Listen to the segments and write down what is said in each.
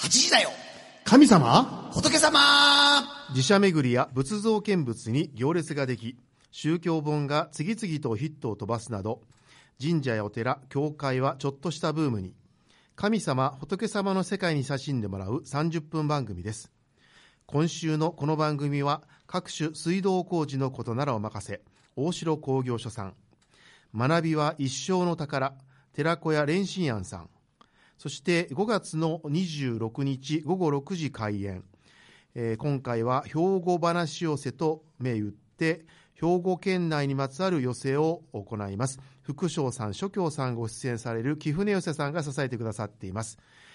8時だよ。 神様、 仏様。 寺社巡りや仏像見物に行列ができ、宗教本が次々とヒットを飛ばすなど、神社やお寺、教会はちょっとしたブームに。神様、仏様の世界に親しんでもらう30分番組です。今週のこの番組は、各種水道工事のことならお任せ、大城工業所さん。学びは一生の宝、寺子屋蓮心庵さん。そして5月の26日午後6時開演。今回は兵庫話寄せと銘打って、兵庫県内にまつわる寄せを行います。福正さん、諸教さんご出演される貴船寄せさんが支えてくださっています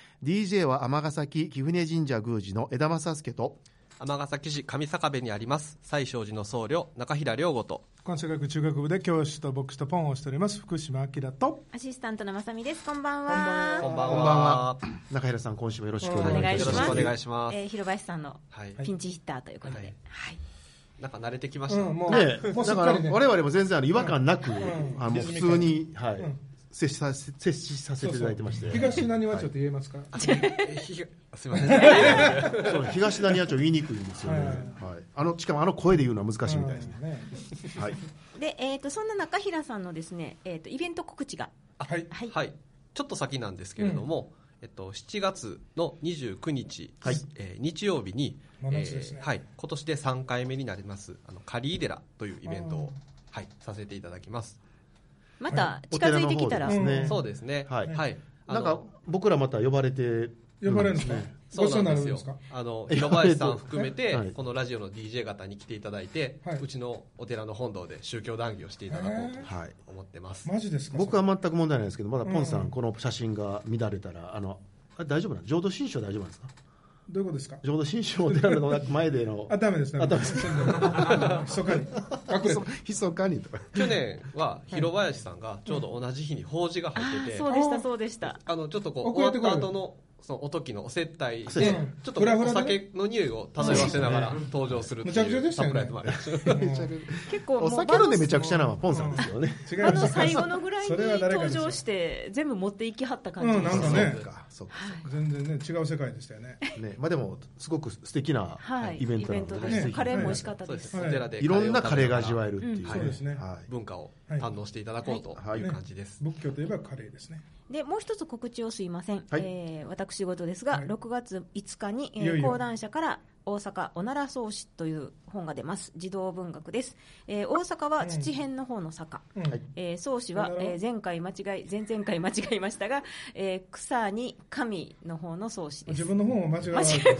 。DJ は尼崎貴船神社宮司の枝正助と、 尼崎市上坂部にあります西勝寺の僧侶中平良吾と、 関西学中学部で教師と牧師とポンをしております福島明と、 アシスタントの正美です。こんばんは。 こんばんは。 こんばんは。中平さん、今週もよろしくお願いいたします。 よろしくお願いします。 広林さんのピンチヒッターということで、はい、 なんか慣れてきました。 もうね、 もうだから我々も全然違和感なく、もう普通に、はい、接しさせていただいてまして。 東浪速町って言えますか？ すみません。 そう、東浪速町言いにくいんですよね。はい。しかも声で言うのは難しいみたいですね。はい。 で、そんな中平さんのですね、イベント告知が、 はい、ちょっと先なんですけれども、7月の29日、日曜日に、今年で3回目になりますカリー寺というイベントを、させていただきます。 また近づいてきたら、 そうですね。はい。 なんか僕らまた呼ばれるんですね。 そうなんですよ。広林さん含めてこのラジオの DJ 方に来ていただいて、うちのお寺の本堂で宗教談義をしていただこうと思ってます。 マジですか？ 僕は全く問題ないですけど、まだポンさんこの写真が乱れたら大丈夫なんですか？浄土真宗大丈夫なんですか？ どういうことですか？ 浄土真宗お寺の前でのダメですね。密かに隠れて密かにとか。 去年は広林さんがちょうど同じ日に法事が入ってて、 そうでした。 ちょっと終わった後のそのお時のお接待でちょっとお酒の匂いを漂わせながら登場するっていうサプライズもありました。 結構お酒飲んでめちゃくちゃなのはポンさんですよね。 最後のぐらいに登場して全部持っていきはった感じです。 なんかね、 全然ね違う世界でしたよね。 まあでもすごく素敵なイベントなので、 カレーも美味しかったです。 お寺でいろんなカレーが味わえるっていう文化を堪能していただこうという感じです。 仏教といえばカレーですね。 でもう一つ告知をすいません、私事ですが、6月5日に、講談社から大阪おなら草子という本が出ます。児童文学です。大阪は土編の方の坂、草子は、前々回間違いましたが、草に神の方の草子です。 自分の本を間違えました。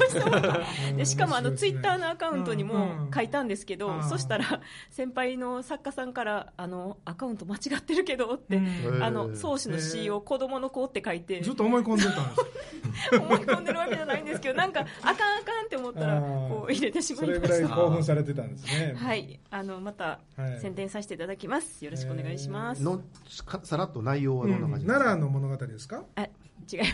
でしかもツイッターのアカウントにも書いたんですけど、そしたら先輩の作家さんからアカウント間違ってるけどって草子の詩を子供の子って書いて、 ずっと思い込んでたんです思い込んでるわけじゃないんですけど、なんかあかんって思ったらこう入れてしまいました。 それぐらい興奮されてたんですね。 はい、また宣伝させていただきます。よろしくお願いします。 さらっと内容はどんな感じですか？ 奈良の物語ですか？ 違います。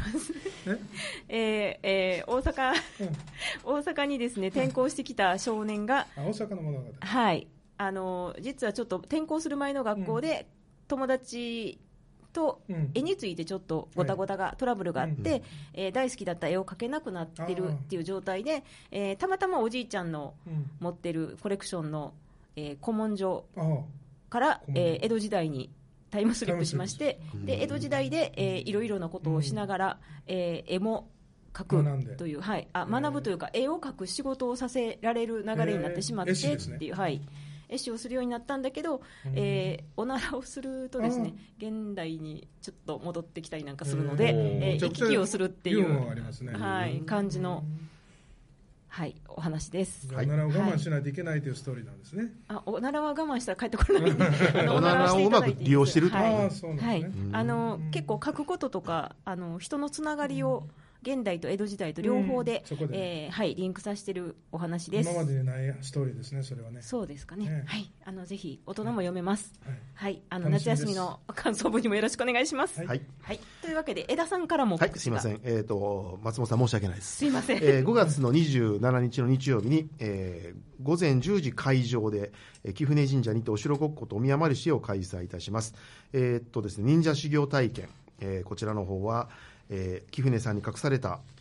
大阪にですね転校してきた少年が、 大阪の物語。 はい、実はちょっと転校する前の学校で友達と絵についてちょっとごたごたがトラブルがあって、大好きだった絵を描けなくなってるっていう状態で、たまたまおじいちゃんの持ってるコレクションの、古文書から、江戸時代にタイムスリップしまして、で江戸時代で、いろいろなことをしながら、絵も描くという、学ぶというか絵を描く仕事をさせられる流れになってしまってっていう、絵師をするようになったんだけど、おならをするとですね、現代にちょっと戻ってきたりなんかするので、行き来をするっていう、感じの、お話です。 おならを我慢しないといけないというストーリーなんですね。 おならは我慢したら帰ってこないんでおならをうまく利用してると。 結構書くこととか人のつながりを現代と江戸時代と両方で、リンクさせてるお話です。 今までにないストーリーですね、それはね。 そうですかね。ぜひ大人も読めます。夏休みの感想文にもよろしくお願いします。というわけで江田さんからもすいません。松本さん申し訳ないです。 すいません。 5月の27日の日曜日に、午前10時会場で貴船神社にてお城ごっことお宮参りを開催いたします。ですね、忍者修行体験、こちらの方は貴船さんに隠された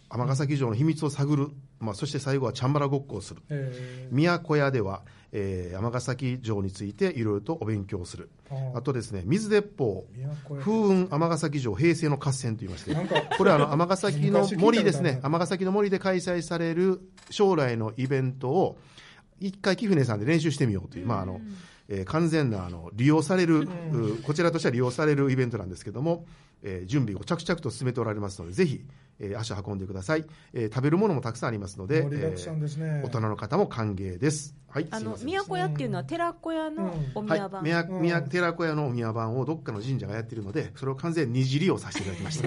尼崎城の秘密を探る、そして最後はチャンバラごっこをする。都屋では、尼崎城についていろいろとお勉強する。あとですね、水鉄砲、風雲尼崎城平成の合戦といいまして、これは尼崎の森ですね、尼崎の森で開催される将来のイベントを一回貴船さんで練習してみようという、完全な利用される、こちらとしては利用されるイベントなんですけども、準備を着々と進めておられますので、ぜひ、足を運んでください。食べるものもたくさんありますので、大人の方も歓迎です。はい、 都屋っていうのは寺子屋のお宮番、 寺子屋のお宮番をどっかの神社がやっているので、それを完全に二次利用させていただきました。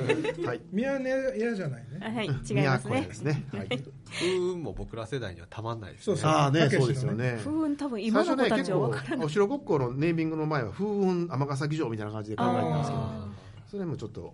はい、 宮根屋じゃないね。 はい、違いますね。 ですね。はい。 風雲も僕ら世代にはたまんないですね。 そうですよね。 風雲多分今の子たちは分からない。 お城ごっこのネーミングの前は風雲尼崎城みたいな感じで考えてたんですけど、それもちょっと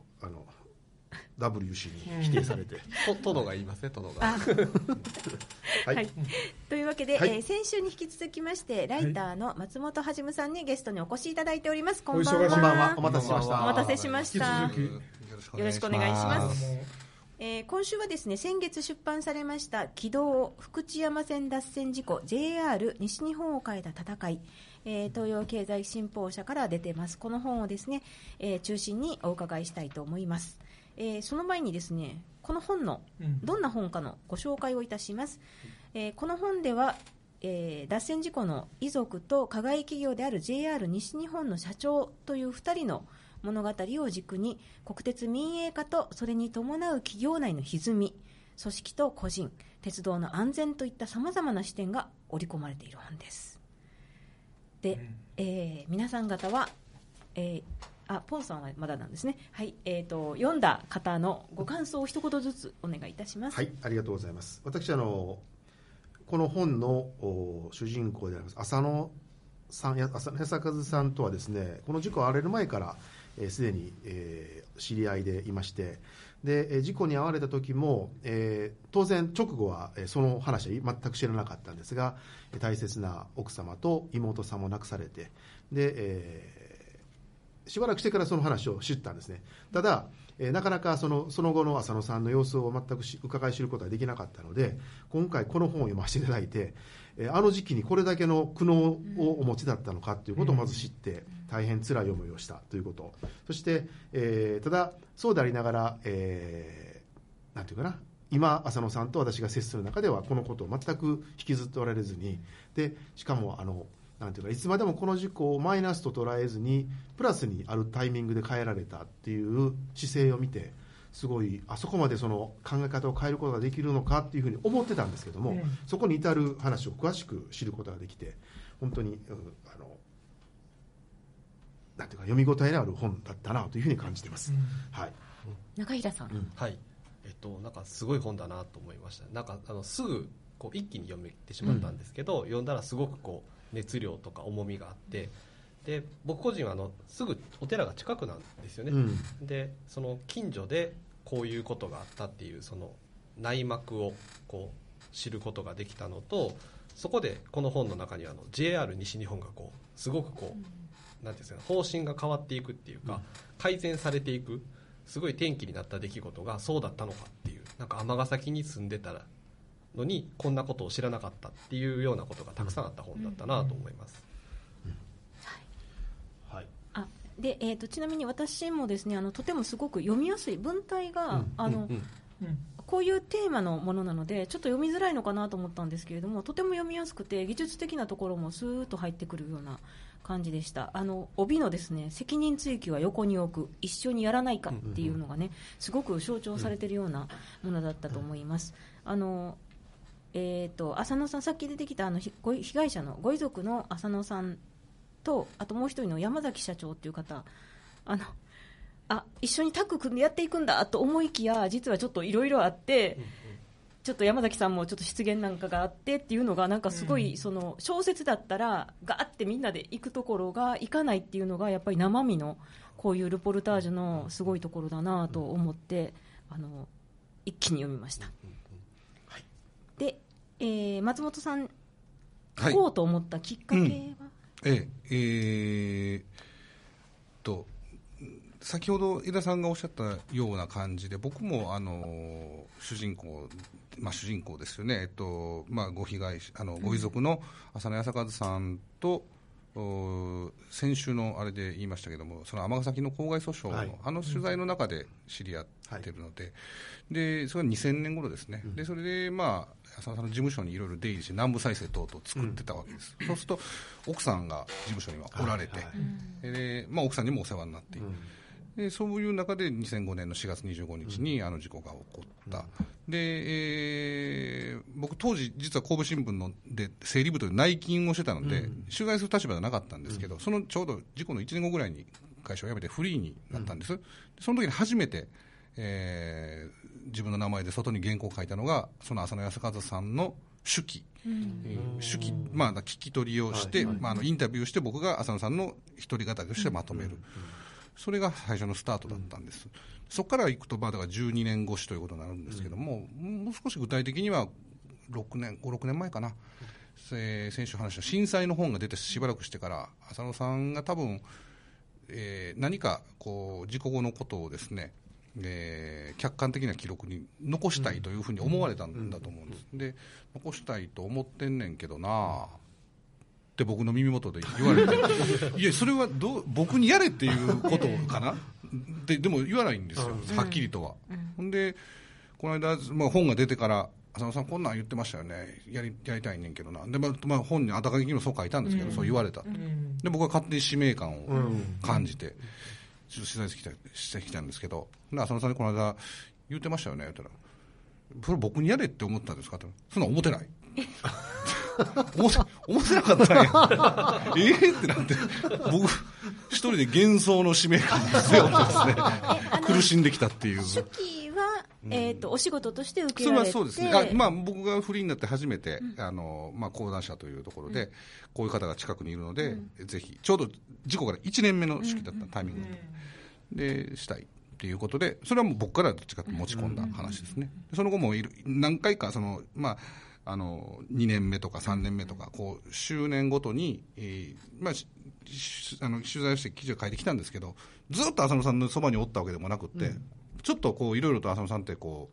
WC に否定されて殿が言いますね、殿が。 はい、 というわけで、先週に引き続きましてライターの松本はじむさんにゲストにお越しいただいております。こんばんは。 こんばんは。お待たせしました。 お待たせしました。よろしくお願いします。今週はですね、先月出版されました軌道福知山線脱線事故 JR 西日本を変えた戦い、東洋経済新報社から出てます。この本をですね、中心にお伺いしたいと思います。その前にですね、この本のどんな本かのご紹介をいたします。この本では、脱線事故の遺族と加害企業である JR 西日本の社長という2人の物語を軸に、国鉄民営化とそれに伴う企業内の歪み、組織と個人、鉄道の安全といったさまざまな視点が織り込まれている本です。で、皆さん方は、ポンさんはまだなんですね。はい、読んだ方のご感想を一言ずつお願いいたします。 はい、ありがとうございます。私この本の主人公であります浅野和さんとはですね、この事故があられる前からすでに、知り合いでいまして、で事故に遭われた時も、当然直後はその話は全く知らなかったんですが、大切な奥様と妹さんも亡くされて、で、しばらくしてからその話を知ったんですね。ただ、なかなかその後の浅野さんの様子を全く伺い知ることができなかったので、今回この本を読ませていただいて、あの時期にこれだけの苦悩をお持ちだったのかということをまず知って、大変辛い思いをしたということ、そして、ただそうでありながら、なんていうかな、今浅野さんと私が接する中ではこのことを全く引きずっておられずに、でしかもなんていうか、いつまでもこの事故をマイナスと捉えずにプラスにあるタイミングで変えられたっていう姿勢を見て、すごいあそこまでその考え方を変えることができるのかっていうふうに思ってたんですけども、そこに至る話を詳しく知ることができて、本当になんていうか読み応えのある本だったなというふうに感じています。はい、 中平さん。 はい、なんかすごい本だなと思いました。なんかすぐこう一気に読めてしまったんですけど、読んだらすごくこう熱量とか重みがあって、で僕個人はすぐお寺が近くなんですよね。でその近所でこういうことがあったっていうその内幕をこう知ることができたのと、そこでこの本の中にはJR 西日本がこうすごくこう、なんていうんですか、方針が変わっていくっていうか、改善されていく、すごい転機になった出来事がそうだったのかっていう、なんか尼崎に住んでたのにこんなことを知らなかったっていうようなことがたくさんあった本だったなと思います。 でちなみに私もですね、とてもすごく読みやすい文体が、こういうテーマのものなのでちょっと読みづらいのかなと思ったんですけれども、とても読みやすくて技術的なところもスーッと入ってくるような感じでした。帯のですね、責任追及は横に置く、一緒にやらないかっていうのがね、すごく象徴されているようなものだったと思います。浅野さん、さっき出てきた被害者のご遺族の浅野さんと、あともう一人の山崎社長っていう方、一緒にタッグ組んでやっていくんだと思いきや、実はちょっといろいろあって、ちょっと山崎さんもちょっと失言なんかがあってっていうのが、なんかすごい、その小説だったらガーってみんなで行くところが行かないっていうのが、やっぱり生身のこういうルポルタージュのすごいところだなと思って、一気に読みました。で、松本さん、書こうと思ったきっかけは？ 先ほど江田さんがおっしゃったような感じで、僕も主人公ですよね、ご被害ご遺族の浅野康和さんと、先週のあれで言いましたけども、その尼崎の公害訴訟の、取材の中で知り合ってるので、でそれは2000年頃ですね、でそれで浅野さんの事務所にいろいろ出入りして南部再生等々作ってたわけです、そうすると奥さんが事務所にはおられて、で奥さんにもお世話になっている、でそういう中で2005年の4月25日にあの事故が起こった、で僕当時実は神戸新聞で整理部という内勤をしてたので、取材する立場ではなかったんですけど、そのちょうど事故の1年後ぐらいに会社を辞めてフリーになったんです、その時に初めて、自分の名前で外に原稿を書いたのがその浅野康和さんの手記、聞き取りをして、インタビューして僕が浅野さんの一人語りとしてまとめる、それが最初のスタートだったんです、そこからいくとだから12年越しということになるんですけども、もう少し具体的には5、6年前かな、先週話した震災の本が出てしばらくしてから浅野さんが多分、何か事故後のことをですね、客観的な記録に残したいというふうに思われたんだと思うんです、で残したいと思ってんねんけどなって僕の耳元で言われていやそれは僕にやれっていうことかなでも言わないんですよ、はっきりとは、でこの間、本が出てから浅野さんこんなん言ってましたよね、やりたいねんけどな、で、本にあたかきにもそう書いたんですけど、そう言われた、で僕は勝手に使命感を感じて、ちょっと取材してきたんですけど、浅野さんにこの間言ってましたよね、言ったらそれ僕にやれって思ったんですかって、そんな思ってない思ってなかったんやってなって、僕一人で幻想の使命感に背負ってですね苦しんできたっていう。 手記は、お仕事として受けそれられて、 はそうですね、僕がフリーになって初めて、講談社というところで、こういう方が近くにいるので、ぜひちょうど事故から1年目の式だったタイミングでしたいっていうことで、それはもう僕からどっちかと持ち込んだ話ですね、その後も何回か2年目とか3年目とか周年ごとに、取材をして記事を書いてきたんですけど、ずっと浅野さんのそばにおったわけでもなくって、ちょっといろいろと浅野さんってこ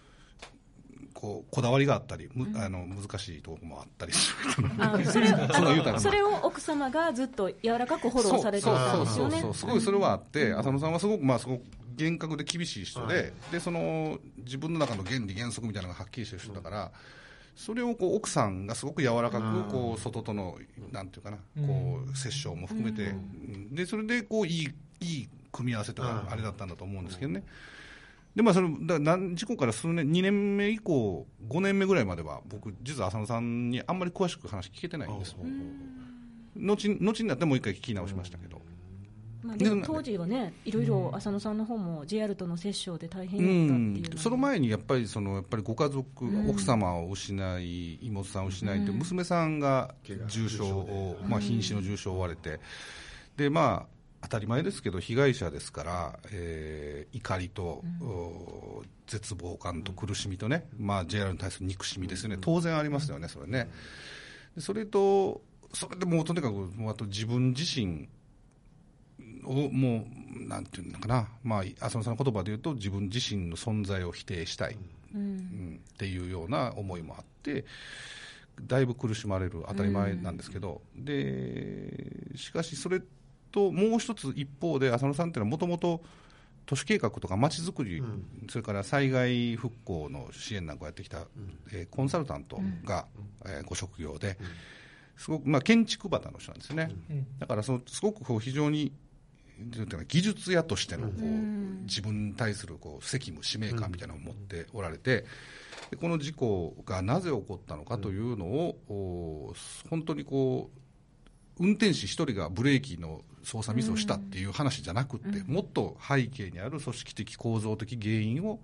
だわりがあったり、難しいところもあったりするそれを奥様がずっと柔らかくフォローされていたんですよね。 すごいそれはあって、浅野さんはすごく厳格で厳しい人で、その自分の中の原理原則みたいなのがはっきりしてる人だから、それを奥さんがすごく柔らかく外とのなんていうかな、折衝も含めて、でそれでいい組み合わせとかあれだったんだと思うんですけどね。でそれ事故から数年、2年目以降5年目ぐらいまでは僕実は浅野さんにあんまり詳しく話聞けてないんです。後になってもう一回聞き直しましたけど、 でも当時はね、いろいろ浅野さんの方も JR との折衝で大変だったっていう、 その前にやっぱりご家族、奥様を失い、妹さんを失いって、娘さんが重傷を、瀕死の重傷を負われて、で当たり前ですけど被害者ですから、怒りと、絶望感と苦しみとね、JR に対する憎しみですよね、当然ありますよね、それね。それでもうとにかくあと自分自身をもうなんていうのかな、浅野さんの言葉で言うと自分自身の存在を否定したい、っていうような思いもあって、だいぶ苦しまれる当たり前なんですけど、でしかしそれともう一つ一方で浅野さんっていうのはもともと都市計画とか街づくり、それから災害復興の支援なんかをやってきた、コンサルタントが、ご職業で、すごく、建築バタの人なんですよね。だからすごく非常に技術屋としての自分に対する責務使命感みたいなのを持っておられて、でこの事故がなぜ起こったのかというのを、本当に運転士一人がブレーキの操作ミスをしたっていう話じゃなくて、もっと背景にある組織的構造的原因を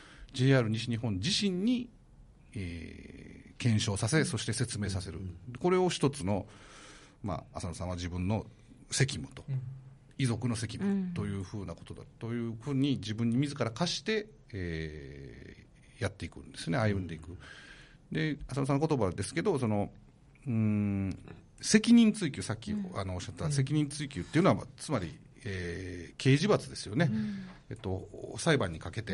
JR 西日本自身に、検証させ、そして説明させる、これを一つの、浅野さんは自分の責務と、遺族の責務というふうなことだというふうに自分に自ら課して、やっていくんですね、歩んでいく。で浅野さんの言葉ですけど、責任追及、さっきおっしゃった責任追及っていうのは、つまり、 刑事罰ですよね、裁判にかけて、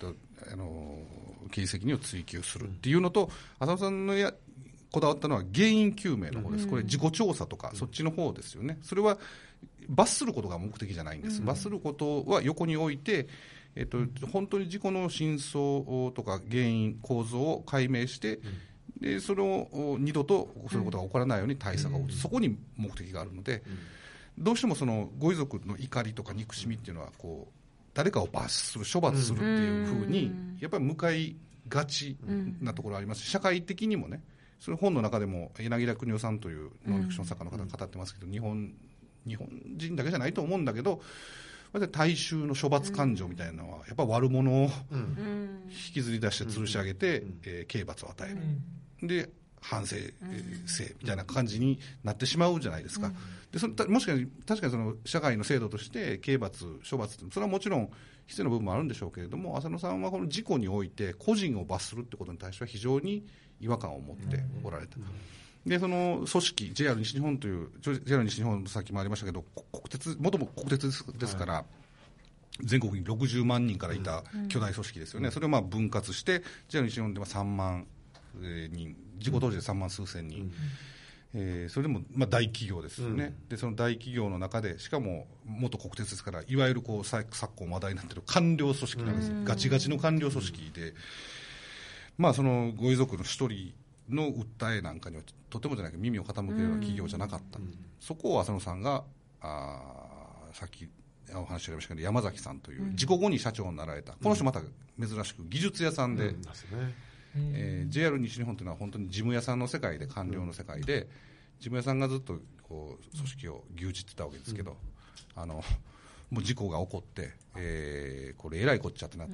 刑事責任を追及するっていうのと、浅野さんのこだわったのは原因究明の方です。これ自己調査とかそっちの方ですよね。それは罰することが目的じゃないんです。罰することは横に置いて、本当に事故の真相とか原因構造を解明して、でそれを二度とそういうことが起こらないように対策を打つ、そこに目的があるので、どうしてもそのご遺族の怒りとか憎しみっていうのはこう誰かを罰する処罰するっていうふうにやっぱり向かいがちなところありますし、社会的にもね、その本の中でも柳田邦夫さんというノンフィクション作家の方が語ってますけど、日本人だけじゃないと思うんだけど、大衆の処罰感情みたいなのはやっぱ悪者を引きずり出して吊るし上げて、刑罰を与える、で反省性みたいな感じになってしまうじゃないですか。でもしかして確かにその社会の制度として刑罰処罰ってそれはもちろん必要な部分もあるんでしょうけれども、浅野さんはこの事故において個人を罰するってことに対しては非常に違和感を持っておられた。でその組織 JR 西日本という JR 西日本のさっきもありましたけど、元も国鉄ですから、全国に60万人からいた巨大組織ですよね。それをまあ分割して JR 西日本では3万人、事故当時で3万数千人、それでもまあ大企業ですよね。でその大企業の中でしかも元国鉄ですから、いわゆるこう昨今話題になっている官僚組織なんです。ガチガチの官僚組織で、まあそのご遺族の一人の訴えなんかにはとてもじゃないけど耳を傾けるような企業じゃなかった、そこを浅野さんがさっきお話しありましたけど山崎さんという事故後に社長になられた、この人また珍しく技術屋さんで、JR 西日本というのは本当に事務屋さんの世界で、官僚の世界で、事務屋さんがずっとこう組織を牛耳ってたわけですけど、もう事故が起こって、これえらいこっちゃってなって、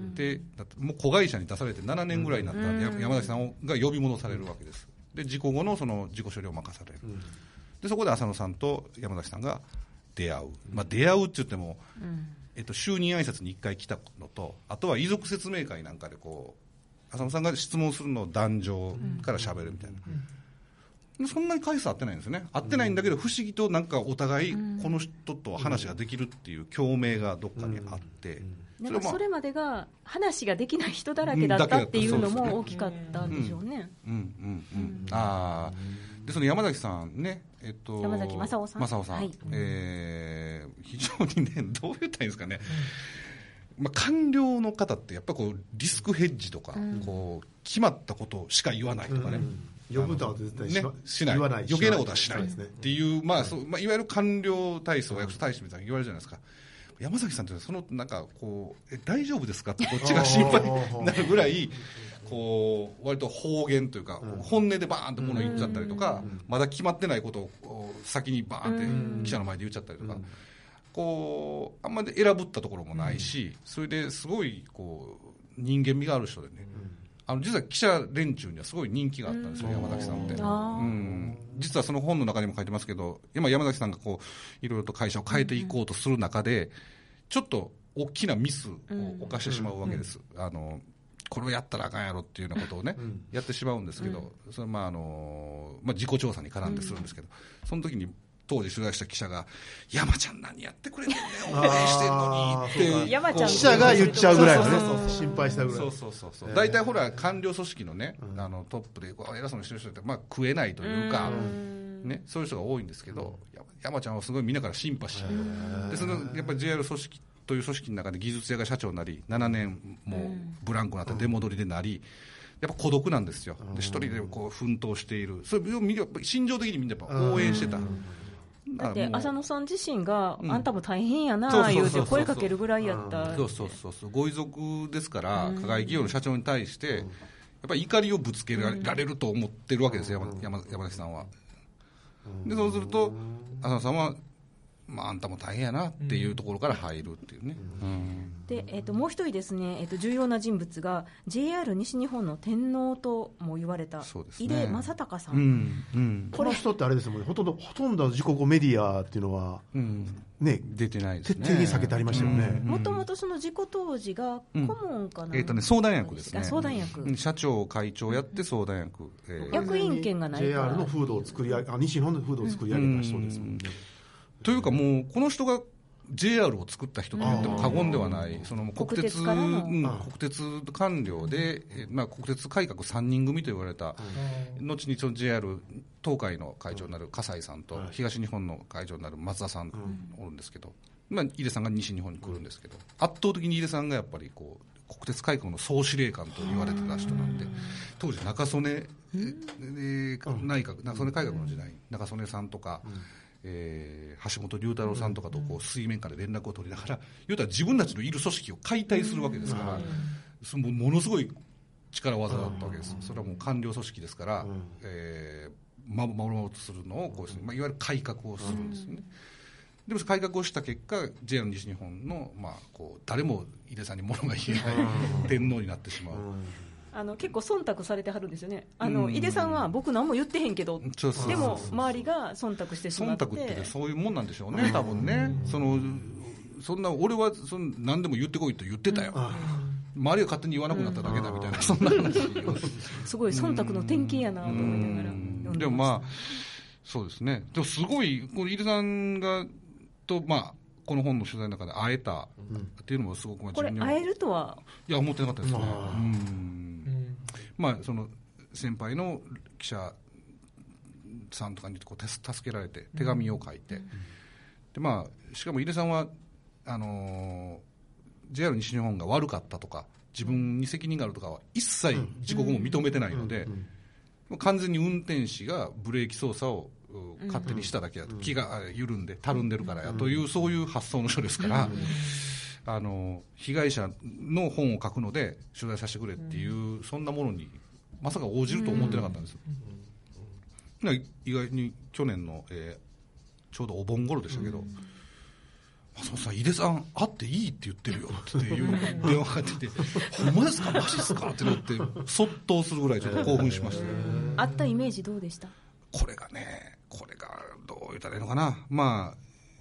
だってもう子会社に出されて7年ぐらいになった山崎さんが呼び戻されるわけです。で事故後のその事故処理を任される、でそこで浅野さんと山崎さんが出会う、出会うって言っても、就任挨拶に1回来たのと、あとは遺族説明会なんかでこう浅野さんが質問するのを壇上から喋るみたいな、そんなに回数合ってないんですよね。合ってないんだけど不思議となんかお互いこの人と話ができるっていう共鳴がどっかにあって、 なんかそれまでが話ができない人だらけだったっていうのも大きかったんでしょうね。でその山崎さんね、 山崎正夫さん、 はい、非常にね、どう言ったらいいんですかね、官僚の方ってやっぱこうリスクヘッジとか、こう決まったことしか言わないとかね、 余分なことは絶対しない、余計なことはしないっていう、いわゆる官僚体操、役所体制みたいな言われるじゃないですか。山崎さんってそのなんかこう大丈夫ですかってこっちが心配になるぐらいこう割と方言というか本音でバーンともの言っちゃったりとか、まだ決まってないことを先にバーンって記者の前で言っちゃったりとか、こうあんまり選ぶったところもないし、それですごいこう人間味がある人でね、実は記者連中にはすごい人気があったんですよ、山崎さんって。実はその本の中にも書いてますけど、今山崎さんがこういろいろと会社を変えていこうとする中で、ちょっと大きなミスを犯してしまうわけです。これをやったらあかんやろっていうようなことをね、やってしまうんですけど、それ自己調査に絡んでするんですけど、その時に当時取材した記者が山ちゃん何やってくれてんねん、応援してんのにって山ちゃん記者が言っちゃうぐらいのね、心配したぐらい。 大体ほら官僚組織のね、トップで偉そうにしてる人って食えないというかね、そういう人が多いんですけど、山ちゃんはすごいみんなからシンパシーで、そのやっぱり JR 組織という組織の中で技術屋が社長になり7年もブランクになって出戻りでなり、やっぱ孤独なんですよ。で一人でこう奮闘している、それを心情的にみんなやっぱ応援してた。 だって浅野さん自身が、あんたも大変やな言うて声かけるぐらいやった。 ご遺族ですから加害企業の社長に対してやっぱり怒りをぶつけられると思ってるわけですよ、山崎さんは。でそうすると浅野さんは、あんたも大変やなっていうところから入るっていうね。 でもう一人ですね、重要な人物が JR 西日本の天皇とも言われた井出正隆さん、 この人ってあれですもんね、ほとんど事故後メディアっていうのは、 出てないですね。 徹底に避けてありましたよね。 もともとその事故当時が顧問かな、 相談役ですね。 相談役、 社長会長やって相談役、 役員権がないから JR の風土を作り上げ、西日本の風土を作り上げた人ですもんね。 というかもうこの人が JR を作った人と言っても過言ではない、その国鉄官僚で、国鉄改革3人組と言われた、後にその JR 東海の会長になる葛西さんと、東日本の会長になる松田さんおるんですけど、井出さんが西日本に来るんですけど、圧倒的に井出さんがやっぱりこう国鉄改革の総司令官と言われてた人なんで、当時中曽根内閣、中曽根改革の時代、中曽根さんとか、橋本龍太郎さんとかとこう水面下で連絡を取りながら、言うたら自分たちのいる組織を解体するわけですから、ものすごい力技だったわけです。それはもう官僚組織ですから、守ろうとするのをこう、いわゆる改革をするんですね。でも改革をした結果、JR 西日本の、こう誰も井出さんに物が言えない天皇になってしまう。 結構忖度されてはるんですよね。井出さんは僕何も言ってへんけど、でも周りが忖度してしまって。 忖度ってそういうもんなんでしょうね、多分ね。そんな俺は何でも言ってこいと言ってたよ、周りが勝手に言わなくなっただけだみたいな、そんな話をすごい忖度の典型やなと思いながら。 でもそうですね。でもすごいこれ井出さんがとこの本の取材の中で会えたっていうのもすごくこれ会えるとはいや思ってなかったですね。その先輩の記者さんとかにこう助けられて手紙を書いて、でしかも井出さんはJR 西日本が悪かったとか自分に責任があるとかは一切事故後も認めてないので、完全に運転士がブレーキ操作を勝手にしただけだと、気が緩んでたるんでるからやという、そういう発想の人ですから、被害者の本を書くので取材させてくれっていう、そんなものにまさか応じると思ってなかったんですよ。意外に去年の、ちょうどお盆頃でしたけど、松本さん、井出さん会っていいって言ってるよっていう電話がかかってきてほんまですかマジですかってなってそっとするぐらいちょっと興奮しました。 会ったイメージどうでした？ これがどう言ったらいいのかな、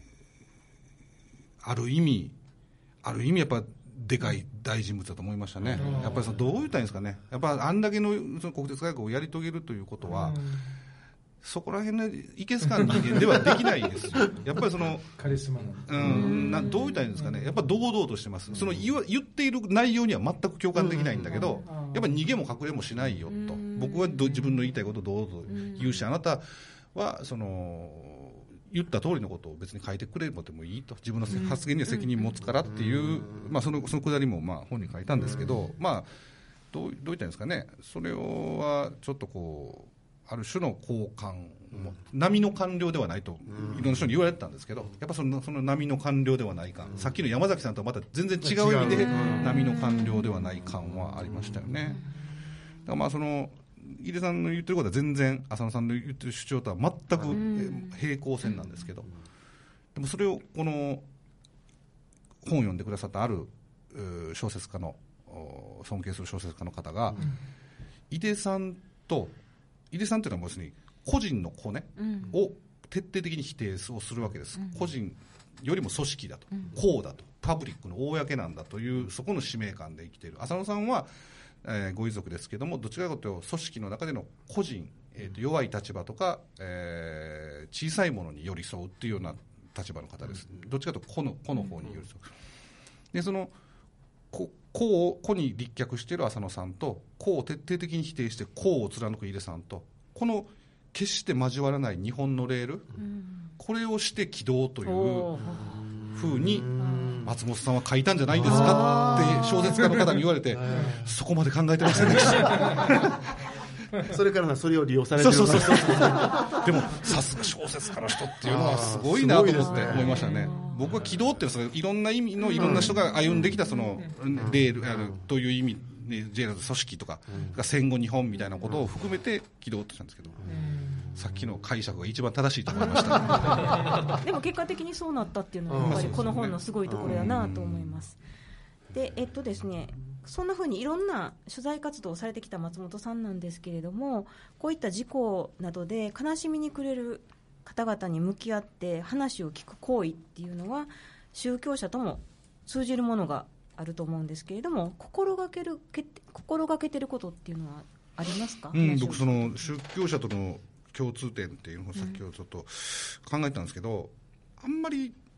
ある意味やっぱでかい大人物だと思いましたね。やっぱりどう言ったらいいんですかね、やっぱあんだけのその国鉄改革をやり遂げるということは、そこら辺のいけすかん人間ではできないですよ。やっぱりカリスマなどう言ったらいいんですかね、やっぱ堂々としてます。言っている内容には全く共感できないんだけど、やっぱり逃げも隠れもしないよと、僕は自分の言いたいことをどうぞ言うし、あなたは言った通りのことを別に書いてくれてもいいと、自分の発言には責任持つからっていう、そのくだりも本に書いたんですけど、どう言ったらいいんですかね、それはちょっとある種の好感、波の官僚ではないといろんな人に言われてたんですけど、やっぱその波の官僚ではない感、さっきの山崎さんとはまた全然違う意味で波の官僚ではない感はありましたよね。だから井出さんの言ってることは全然浅野さんの言ってる主張とは全く平行線なんですけど、でもそれをこの本を読んでくださったある小説家の尊敬する小説家の方が、井出さんというのは要するに個人のコネを徹底的に否定をするわけです。個人よりも組織だと、公だと、パブリックの公なんだという、そこの使命感で生きている浅野さんは、ご遺族ですけども、どちらかというと組織の中での個人、弱い立場とか、小さいものに寄り添うっていうような立場の方です。どっちかというと個の方に寄り添う。でその個に立脚している浅野さんと、個を徹底的に否定して個を貫く井出さんと、この決して交わらない日本のレール、これをして軌道というふうに松本さんは書いたんじゃないですかって小説家の方に言われて、そこまで考えてませんでしたそれからそれを利用されてる。 そうでもさすが小説家の人っていうのはすごいなと思って思いましたね。僕は軌道っていろんな意味のいろんな人が歩んできたそのレールという意味で JR 組織とか戦後日本みたいなことを含めて軌道ってしたんですけど、さっきの解釈が一番正しいと思いましたでも結果的にそうなったっていうのはやっぱりこの本のすごいところだなと思います。でですね、そんな風にいろんな取材活動をされてきた松本さんなんですけれども、こういった事故などで悲しみに暮れる方々に向き合って話を聞く行為っていうのは宗教者とも通じるものがあると思うんですけれども、心がけてることっていうのはありますか？ 僕その宗教者との共通点っていうのをさっきちょっと考えたんですけど、あんまり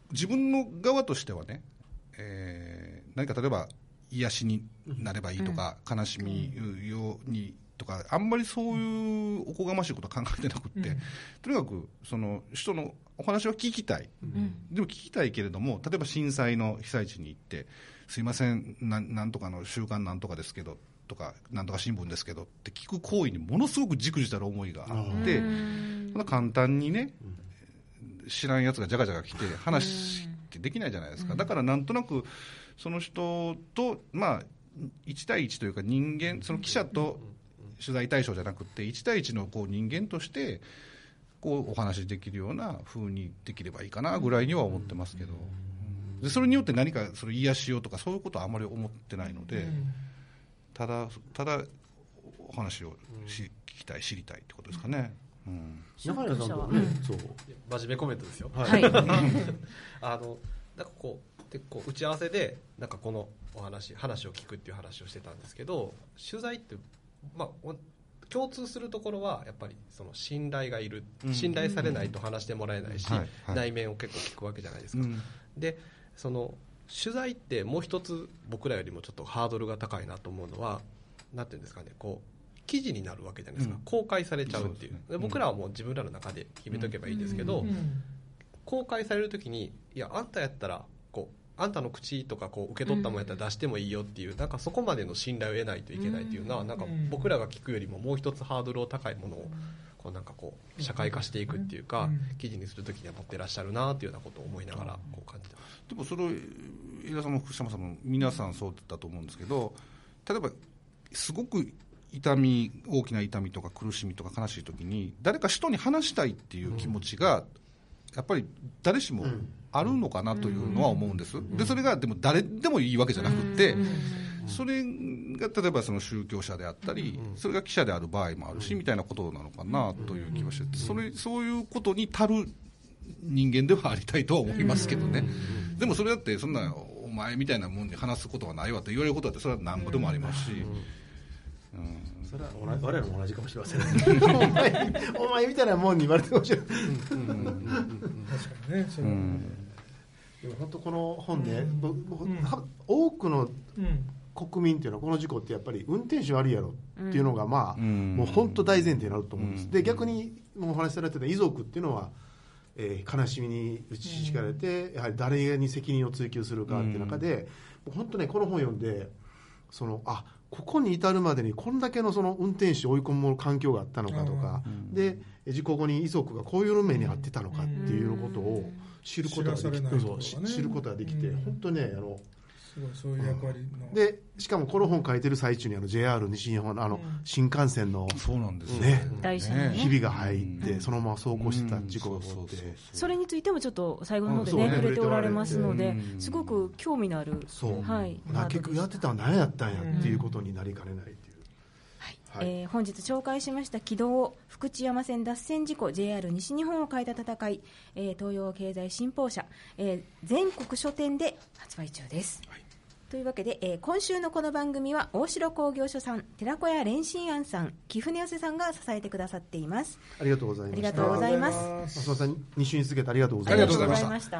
自分の側としてはね、何か例えば癒しになればいいとか、悲しみようにとか、あんまりそういうおこがましいことは考えてなくって、とにかくその人のお話は聞きたい、でも聞きたいけれども、例えば震災の被災地に行って、すいません、なんとかの週刊なんとかですけどとか、なんとか新聞ですけどって聞く行為にものすごくじくじたる思いがあって、そんな簡単にね、知らんやつがじゃがじゃが来て話ってできないじゃないですか。だからなんとなくその人と、まあ、1対1というか、人間、その記者と取材対象じゃなくて1対1のこう人間としてこうお話しできるような風にできればいいかなぐらいには思ってますけど、でそれによって何かそれ癒しようとかそういうことはあまり思ってないので、ただお話を聞きたい、知りたいってことですかね。 中谷さんとはね、そう真面目コメントですよ。 はいなんかこうで打ち合わせでなんかこの話を聞くっていう話をしてたんですけど、取材って、まあ、共通するところはやっぱりその信頼がいる、信頼されないと話してもらえないし、内面を結構聞くわけじゃないですか。でその取材ってもう一つ僕らよりもちょっとハードルが高いなと思うのは、なんていうんですかね、こう記事になるわけじゃないですか、公開されちゃうっていう。で僕らはもう自分らの中で決めとけばいいですけど、公開されるときに、いやあんたやったらこうあんたの口とかこう受け取ったものやったら出してもいいよっていう、なんかそこまでの信頼を得ないといけないっていうのは、なんか僕らが聞くよりももう一つハードルを高いものをこうなんかこう社会化していくっていうか、記事にするときには持ってらっしゃるなっていうようなことを思いながらこう感じてます。 でもそれを江田さんも福島さんも皆さんそうだと思うんですけど、例えばすごく大きな痛みとか苦しみとか悲しいときに誰か人に話したいっていう気持ちがやっぱり誰しもあるのかなというのは思うんです。でそれがでも誰でもいいわけじゃなくて、それが例えばその宗教者であったり、それが記者である場合もあるしみたいなことなのかなという気がして、そういうことに足る人間ではありたいとは思いますけどね。でもそれだってそんなお前みたいなもんに話すことはないわと言われることだってそれは何ぼでもありますし、 それは我々も同じかもしれませんお前みたいなもんに言われてもしれない確かにね。それはでも本当この本で、多くの国民っていうのはこの事故ってやっぱり運転手悪いやろっていうのがまあ、もう本当大前提になると思うんです。で逆にもうお話しされてた遺族っていうのは、悲しみに打ちひかれて、やはり誰に責任を追及するかっていう中で、本当ねこの本読んでここに至るまでにこんだけのその運転手を追い込む環境があったのかとか、で事故後に遺族がこういう目に遭ってたのかっていうことを知ることができて、本当ねそういう役割のでしかもこの本書いてる最中にJR 西日本の新幹線のそうなんですね、 ひびが入ってそのまま走行してた事故が起こって、 それについてもちょっと最後の方でね触れておられますので、すごく興味のある、 結局やってたのは何やったんやっていうことになりかねないっていう。 本日紹介しました軌道福知山線脱線事故 JR 西日本を変えた戦い、東洋経済新報社、全国書店で発売中です。というわけで、今週のこの番組は大城工業所さん、寺子屋蓮心庵さん、貴船寄さんが支えてくださっています。 ありがとうございます。 ありがとうございます。 松本さん2週に続けてありがとうございました。 ありがとうございました。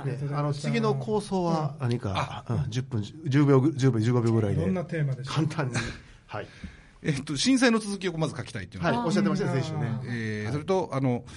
次の構想は何か、10分15秒ぐらいでどんなテーマでしょう。 簡単に震災の続きをまず書きたいっていうのは、 おっしゃってましたね先週ね。 それと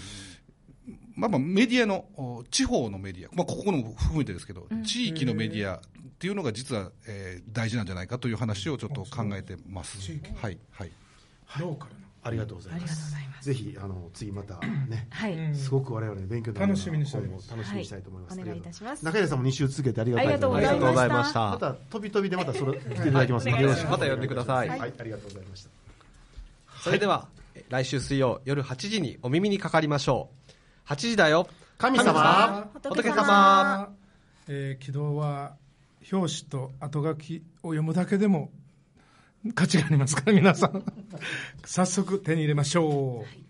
メディアの地方のメディア、ここも含めてですけど、地域のメディアっていうのが実は、大事なんじゃないかという話をちょっと考えてます。はいはい。 ローカルのありがとうございます。ぜひ次またね、すごく我々の勉強になる楽しみにしたいと思います。 お願いいたします。 中谷さんも2週続けてありがとうございました。また飛び飛びでまたそれ来ていただきますので、よろしくまた呼んでください。 はい、ありがとうございました。 それでは来週水曜夜8時にお耳にかかりましょう。8時だよ。 神様、 仏様。 軌道は表紙と後書きを読むだけでも価値がありますから、皆さん早速手に入れましょう。